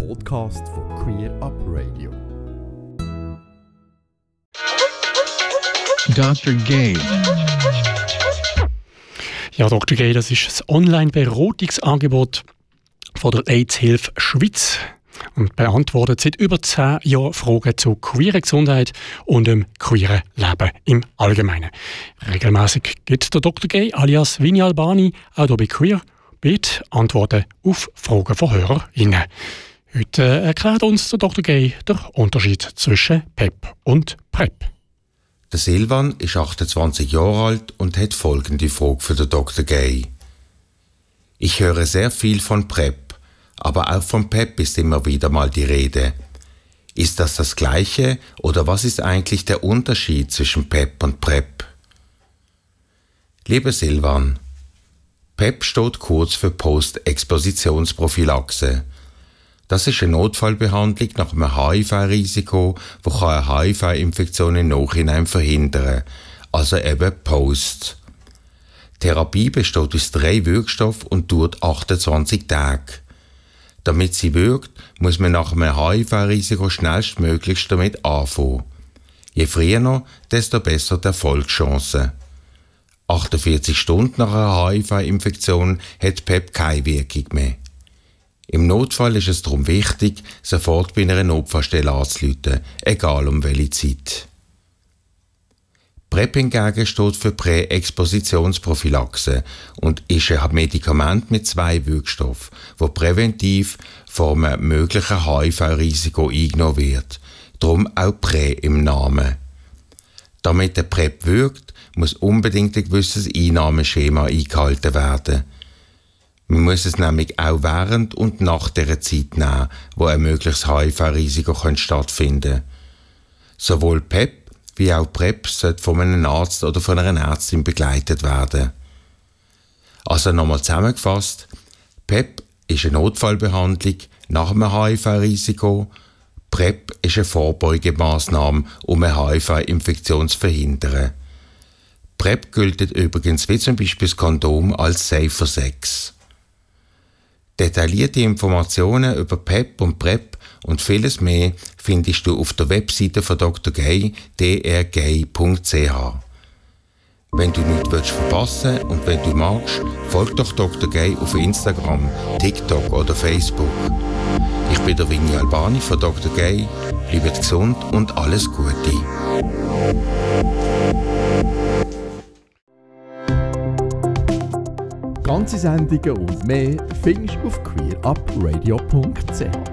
Podcast von Queer Up Radio. Dr. Gay. Ja, Dr. Gay, das ist das Online-Beratungsangebot von der AIDS-Hilfe Schweiz und beantwortet seit über 10 Jahren Fragen zu queerer Gesundheit und dem queeren Leben im Allgemeinen. Regelmäßig gibt der Dr. Gay alias Vinny Albani auch hier bei Queerbeat Antworten auf Fragen von HörerInnen. Heute erklärt uns der Dr. Gay den Unterschied zwischen PrEP und PrEP. Der Silvan ist 28 Jahre alt und hat folgende Frage für den Dr. Gay. Ich höre sehr viel von PrEP, aber auch von PrEP ist immer wieder mal die Rede. Ist das Gleiche oder was ist eigentlich der Unterschied zwischen PrEP und PrEP? Lieber Silvan, PrEP steht kurz für Post-Expositionsprophylaxe. Das ist eine Notfallbehandlung nach einem HIV-Risiko, das eine HIV-Infektion im Nachhinein verhindern kann, also eben Post. Die Therapie besteht aus 3 Wirkstoffen und dauert 28 Tage. Damit sie wirkt, muss man nach einem HIV-Risiko schnellstmöglichst damit anfangen. Je früher, desto besser die Erfolgschancen. 48 Stunden nach einer HIV-Infektion hat PrEP keine Wirkung mehr. Im Notfall ist es darum wichtig, sofort bei einer Notfallstelle anzurufen, egal um welche Zeit. PrEP hingegen steht für Präexpositionsprophylaxe und ist ein Medikament mit 2 Wirkstoffen, das präventiv vor einem möglichen HIV-Risiko eingenommen wird. Darum auch Prä im Namen. Damit der PrEP wirkt, muss unbedingt ein gewisses Einnahmeschema eingehalten werden. Man muss es nämlich auch während und nach der Zeit nehmen, wo ein mögliches HIV-Risiko stattfinden könnte. Sowohl PrEP wie auch PrEP sollte von einem Arzt oder von einer Ärztin begleitet werden. Also nochmal zusammengefasst, PrEP ist eine Notfallbehandlung nach einem HIV-Risiko. PrEP ist eine Vorbeugemaßnahme, um eine HIV-Infektion zu verhindern. PrEP gilt übrigens wie zum Beispiel das Kondom als Safer Sex. Detaillierte Informationen über PrEP und PrEP und vieles mehr findest du auf der Webseite von Dr. Gay, drgay.ch. Wenn du nichts verpassen willst und wenn du magst, folg doch Dr. Gay auf Instagram, TikTok oder Facebook. Ich bin der Vinny Albani von Dr. Gay. Bleibt gesund und alles Gute. Ganze Sendungen und mehr findest du auf queerupradio.ch.